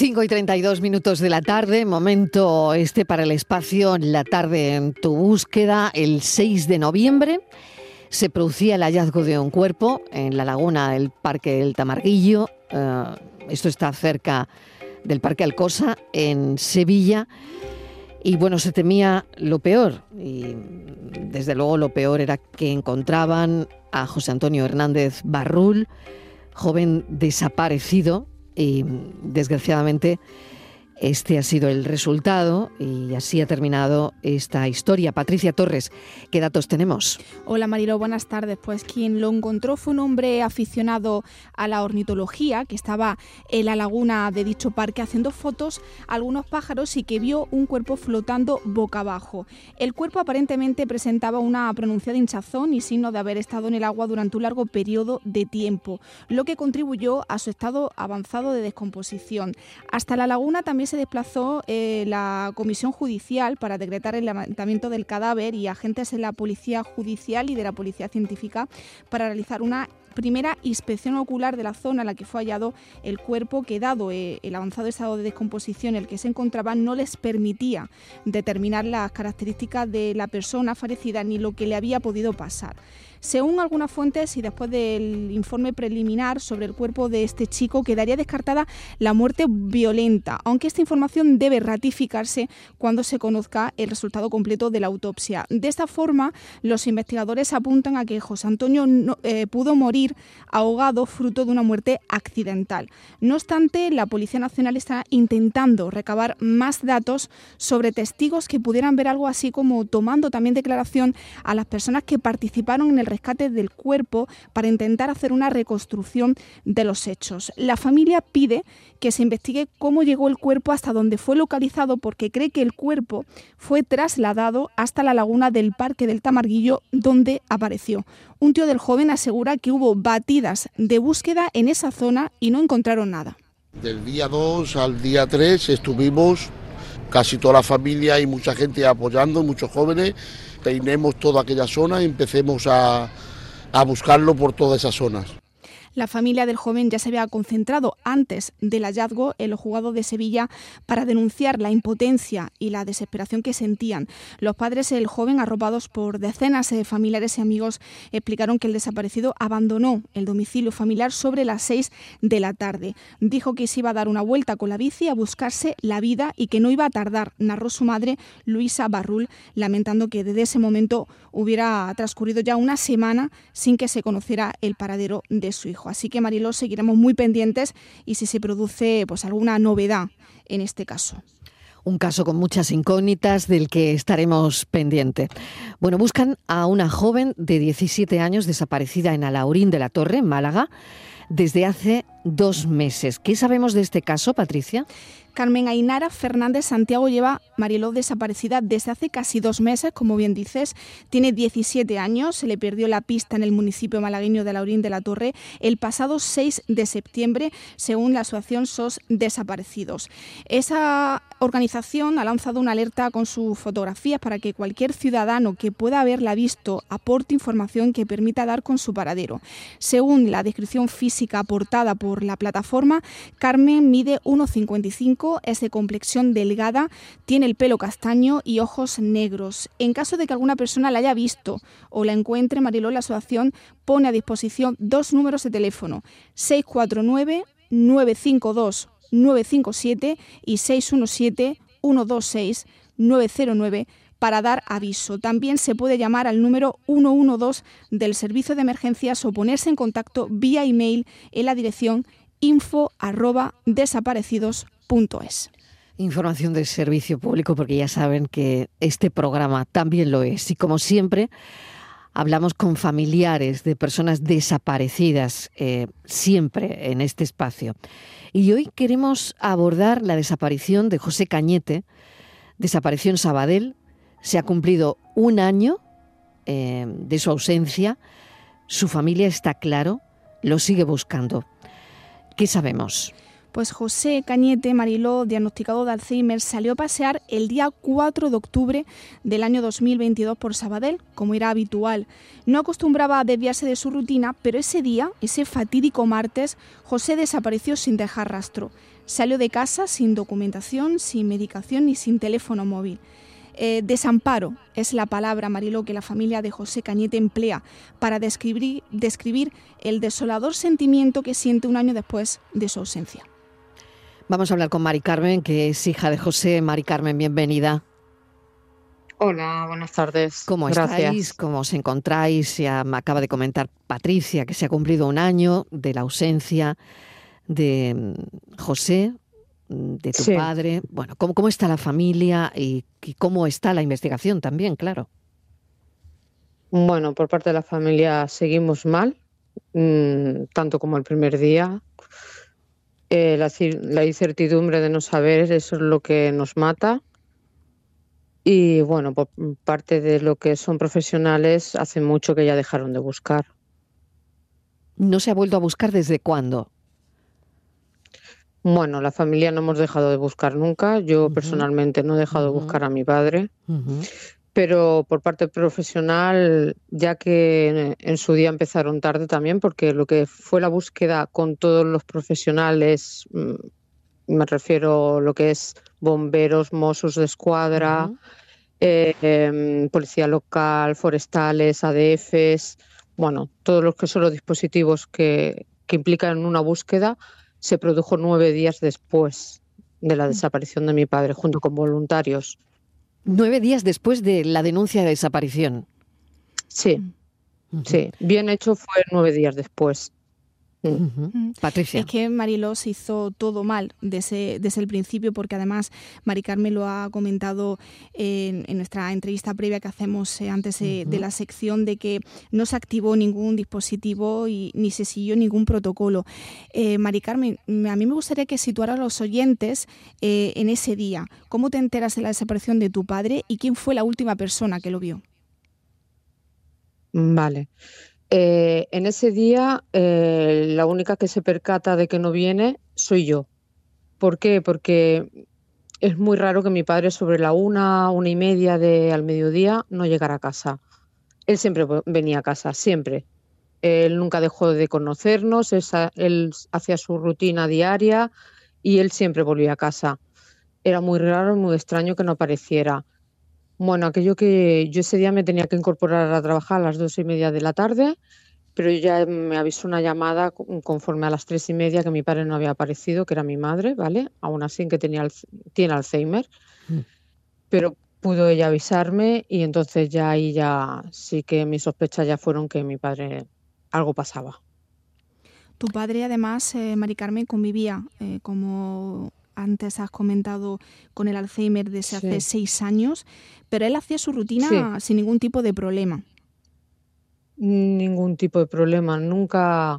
5:32 de la tarde, momento para el espacio La Tarde en tu Búsqueda. El 6 de noviembre se producía el hallazgo de un cuerpo en la laguna del Parque del Tamarguillo. Esto está cerca del Parque Alcosa, en Sevilla. Y bueno, se temía lo peor. Y desde luego lo peor era que encontraban a José Antonio Hernández Barrul, joven desaparecido. Y desgraciadamente este ha sido el resultado y así ha terminado esta historia. Patricia Torres, ¿qué datos tenemos? Hola Mariló, buenas tardes. Pues quien lo encontró fue un hombre aficionado a la ornitología que estaba en la laguna de dicho parque haciendo fotos a algunos pájaros y que vio un cuerpo flotando boca abajo. El cuerpo aparentemente presentaba una pronunciada hinchazón y signo de haber estado en el agua durante un largo periodo de tiempo, lo que contribuyó a su estado avanzado de descomposición. Hasta la laguna también se desplazó la comisión judicial para decretar el levantamiento del cadáver y agentes de la policía judicial y de la policía científica para realizar una primera inspección ocular de la zona en la que fue hallado el cuerpo, que dado el avanzado estado de descomposición en el que se encontraba no les permitía determinar las características de la persona fallecida ni lo que le había podido pasar. Según algunas fuentes y después del informe preliminar sobre el cuerpo de este chico, quedaría descartada la muerte violenta, aunque esta información debe ratificarse cuando se conozca el resultado completo de la autopsia. De esta forma, los investigadores apuntan a que José Antonio pudo morir ahogado fruto de una muerte accidental. No obstante, la Policía Nacional está intentando recabar más datos sobre testigos que pudieran ver algo así, como tomando también declaración a las personas que participaron en el rescate del cuerpo para intentar hacer una reconstrucción de los hechos. La familia pide que se investigue cómo llegó el cuerpo hasta donde fue localizado, porque cree que el cuerpo fue trasladado hasta la laguna del Parque del Tamarguillo, donde apareció. Un tío del joven asegura que hubo batidas de búsqueda en esa zona y no encontraron nada. Del día 2 al día 3 estuvimos casi toda la familia y mucha gente apoyando, muchos jóvenes. Peinemos toda aquella zona y empecemos a buscarlo por todas esas zonas. La familia del joven ya se había concentrado antes del hallazgo en los juzgados de Sevilla para denunciar la impotencia y la desesperación que sentían. Los padres del joven, arropados por decenas de familiares y amigos, explicaron que el desaparecido abandonó el domicilio familiar sobre las 6 de la tarde. Dijo que se iba a dar una vuelta con la bici a buscarse la vida y que no iba a tardar, narró su madre, Luisa Barrul, lamentando que desde ese momento hubiera transcurrido ya una semana sin que se conociera el paradero de su hijo. Así que, Mariló, seguiremos muy pendientes y si se produce alguna novedad en este caso. Un caso con muchas incógnitas del que estaremos pendientes. Bueno, buscan a una joven de 17 años desaparecida en Alhaurín de la Torre, en Málaga, desde hace 2 meses. ¿Qué sabemos de este caso, Patricia? Carmen Ainara Fernández Santiago lleva, Mariló, desaparecida desde hace casi 2 meses, como bien dices. Tiene 17 años, se le perdió la pista en el municipio malagueño de Alhaurín de la Torre el pasado 6 de septiembre, según la asociación SOS Desaparecidos. Esa organización ha lanzado una alerta con sus fotografías para que cualquier ciudadano que pueda haberla visto aporte información que permita dar con su paradero. Según la descripción física aportada por la plataforma, Carmen mide 1,55, es de complexión delgada, tiene el pelo castaño y ojos negros. En caso de que alguna persona la haya visto o la encuentre, Mariló, la asociación pone a disposición 2 números de teléfono: 649-952-957 y 617-126-909 para dar aviso. También se puede llamar al número 112 del Servicio de Emergencias o ponerse en contacto vía email en la dirección info@desaparecidos.es. Información del servicio público, porque ya saben que este programa también lo es. Y como siempre, hablamos con familiares de personas desaparecidas, siempre en este espacio. Y hoy queremos abordar la desaparición de José Cañete. Desapareció en Sabadell. Se ha cumplido 1 año de su ausencia. Su familia, está claro, lo sigue buscando. ¿Qué sabemos? Pues José Cañete, Mariló, diagnosticado de Alzheimer, salió a pasear el día 4 de octubre del año 2022 por Sabadell, como era habitual. No acostumbraba a desviarse de su rutina, pero ese día, ese fatídico martes, José desapareció sin dejar rastro. Salió de casa sin documentación, sin medicación ni sin teléfono móvil. Desamparo es la palabra, Mariló, que la familia de José Cañete emplea para describir el desolador sentimiento que siente un año después de su ausencia. Vamos a hablar con Mari Carmen, que es hija de José. Mari Carmen, bienvenida. Hola, buenas tardes. ¿Cómo Gracias. estáis? ¿Cómo os encontráis? Ya me acaba de comentar Patricia que se ha cumplido un año de la ausencia de José, de tu padre. Bueno, ¿cómo está la familia y cómo está la investigación también, claro? Bueno, por parte de la familia seguimos mal, tanto como el primer día. La incertidumbre de no saber, eso es lo que nos mata. Y bueno, por parte de lo que son profesionales, hace mucho que ya dejaron de buscar. ¿No se ha vuelto a buscar desde cuándo? Bueno, la familia no hemos dejado de buscar nunca. Yo personalmente no he dejado de buscar a mi padre. Pero por parte profesional, ya que en su día empezaron tarde también, porque lo que fue la búsqueda con todos los profesionales, me refiero a lo que es bomberos, Mossos de Escuadra, policía local, forestales, ADFs, bueno, todos los que son los dispositivos que implican una búsqueda, se produjo 9 días después de la desaparición de mi padre, junto con voluntarios. 9 días después de la denuncia de desaparición. Sí, sí. Bien hecho fue 9 días después. Patricia. Es que Mariló se hizo todo mal desde el principio, porque además Mari Carmen lo ha comentado en nuestra entrevista previa que hacemos antes de la sección, de que no se activó ningún dispositivo y ni se siguió ningún protocolo. Mari Carmen, a mí me gustaría que situara a los oyentes en ese día. ¿Cómo te enteras de la desaparición de tu padre y quién fue la última persona que lo vio? Vale. En ese día, la única que se percata de que no viene soy yo. ¿Por qué? Porque es muy raro que mi padre sobre la 1:30 al mediodía no llegara a casa. Él siempre venía a casa, siempre. Él nunca dejó de conocernos, él hacía su rutina diaria y él siempre volvía a casa. Era muy raro, muy extraño que no apareciera. Bueno, aquello que yo ese día me tenía que incorporar a trabajar a las 2:30 de la tarde, pero ya me avisó una llamada conforme a las 3:30 que mi padre no había aparecido, que era mi madre, ¿vale? Aún así que tiene Alzheimer, pero pudo ella avisarme y entonces ya ahí ya sí que mis sospechas ya fueron que mi padre algo pasaba. Tu padre además, Mari Carmen, convivía como antes has comentado, con el Alzheimer desde hace 6 años, pero él hacía su rutina sin ningún tipo de problema. Ningún tipo de problema, nunca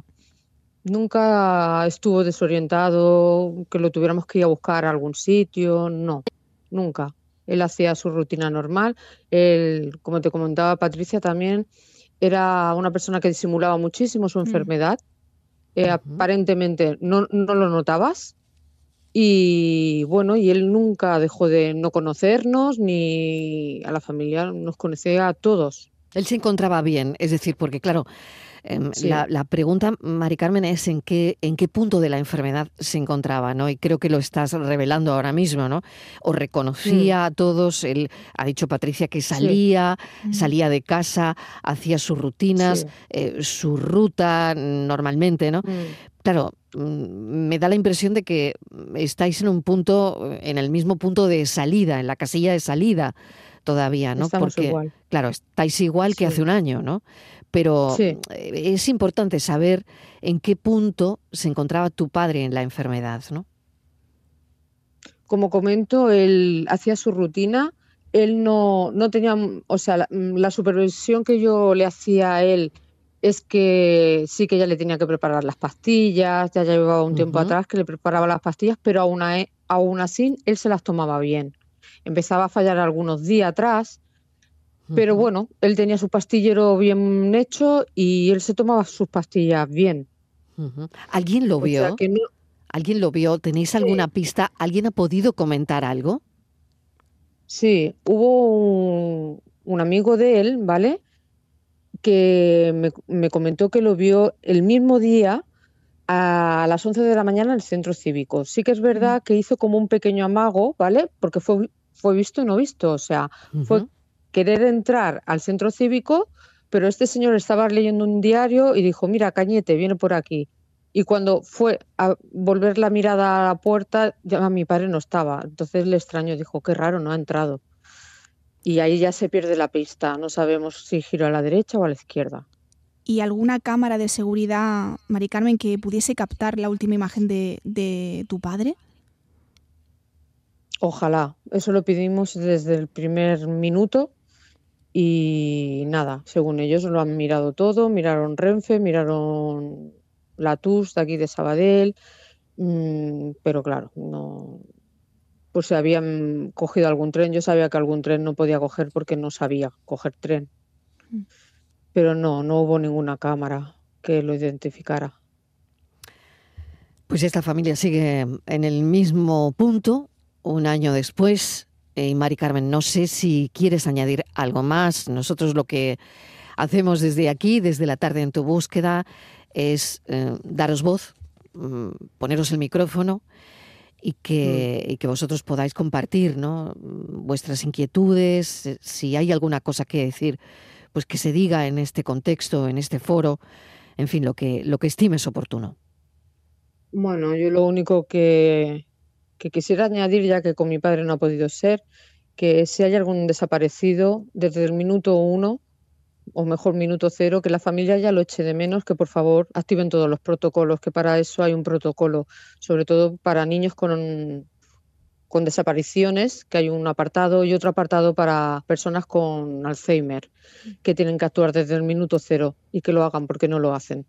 estuvo desorientado, que lo tuviéramos que ir a buscar a algún sitio, no, nunca. Él hacía su rutina normal. Él, como te comentaba Patricia también, era una persona que disimulaba muchísimo su enfermedad. Aparentemente no lo notabas. Y bueno, y él nunca dejó de no conocernos, ni a la familia, nos conocía a todos. Él se encontraba bien, es decir, porque claro, la pregunta, Mari Carmen, es en qué punto de la enfermedad se encontraba, ¿no? Y creo que lo estás revelando ahora mismo, ¿no? O reconocía a todos, él ha dicho Patricia que salía de casa, hacía sus rutinas, su ruta normalmente, ¿no? Claro, me da la impresión de que estáis en el mismo punto de salida, en la casilla de salida todavía, ¿no? Estamos porque, igual. claro, estáis igual que hace un año, ¿no? Pero es importante saber en qué punto se encontraba tu padre en la enfermedad, ¿no? Como comento, él hacía su rutina, él no tenía, o sea, la supervisión que yo le hacía a él es que sí que ya le tenía que preparar las pastillas, ya llevaba un tiempo atrás que le preparaba las pastillas, pero aún así él se las tomaba bien. Empezaba a fallar algunos días atrás, pero bueno, él tenía su pastillero bien hecho y él se tomaba sus pastillas bien. ¿Alguien lo vio? O sea que no, ¿Alguien lo vio? ¿Tenéis alguna pista? ¿Alguien ha podido comentar algo? Sí, hubo un amigo de él, ¿vale? Que me comentó que lo vio el mismo día a las 11 de la mañana en el centro cívico. Sí que es verdad que hizo como un pequeño amago, ¿vale? Porque fue visto y no visto. O sea, fue querer entrar al centro cívico, pero este señor estaba leyendo un diario y dijo, mira, Cañete, viene por aquí. Y cuando fue a volver la mirada a la puerta, ya mi padre no estaba. Entonces le extrañó, dijo, qué raro, no ha entrado. Y ahí ya se pierde la pista. No sabemos si giró a la derecha o a la izquierda. ¿Y alguna cámara de seguridad, Mari Carmen, que pudiese captar la última imagen de tu padre? Ojalá. Eso lo pedimos desde el primer minuto y nada, según ellos lo han mirado todo, miraron Renfe, miraron la TUS de aquí de Sabadell, pero claro, no. Pues si habían cogido algún tren, yo sabía que algún tren no podía coger porque no sabía coger tren. Pero no hubo ninguna cámara que lo identificara. Pues esta familia sigue en el mismo punto, un año después. Y Mari Carmen, no sé si quieres añadir algo más. Nosotros lo que hacemos desde aquí, desde La Tarde en tu Búsqueda, es daros voz, poneros el micrófono y que vosotros podáis compartir, ¿no?, vuestras inquietudes. Si hay alguna cosa que decir, pues que se diga en este contexto, en este foro, en fin, lo que estimes oportuno. Bueno, yo lo único que quisiera añadir, ya que con mi padre no ha podido ser, que si hay algún desaparecido desde el minuto 1, o mejor minuto 0, que la familia ya lo eche de menos, que por favor activen todos los protocolos, que para eso hay un protocolo, sobre todo para niños con desapariciones, que hay un apartado, y otro apartado para personas con Alzheimer, que tienen que actuar desde el minuto 0 y que lo hagan porque no lo hacen.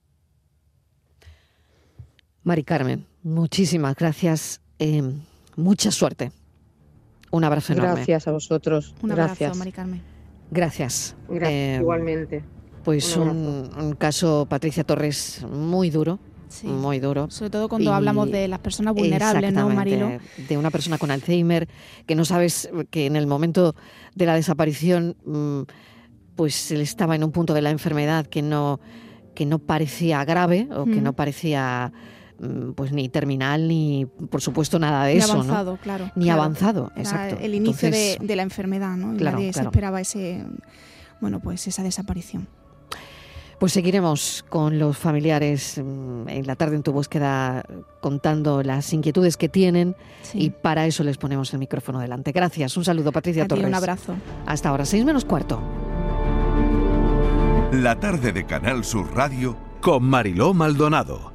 Mari Carmen, muchísimas gracias. Mucha suerte. Un abrazo enorme. Gracias a vosotros. Un abrazo, Mari Carmen. Gracias. Igualmente. Pues un caso, Patricia Torres, muy duro. Sí. Muy duro. Sobre todo cuando hablamos de las personas vulnerables, ¿no, Marilo? De una persona con Alzheimer, que no sabes que en el momento de la desaparición, pues él estaba en un punto de la enfermedad que no parecía grave o que no parecía pues ni terminal ni por supuesto nada de eso, avanzado, ¿no? Claro, ni claro. exacto. El inicio de la enfermedad, ¿no? Y claro, nadie se esperaba pues esa desaparición. Pues seguiremos con los familiares en La Tarde en tu Búsqueda contando las inquietudes que tienen y para eso les ponemos el micrófono delante. Gracias, un saludo, Patricia Torres. Un abrazo. Hasta ahora, 6:45. La Tarde de Canal Sur Radio con Mariló Maldonado.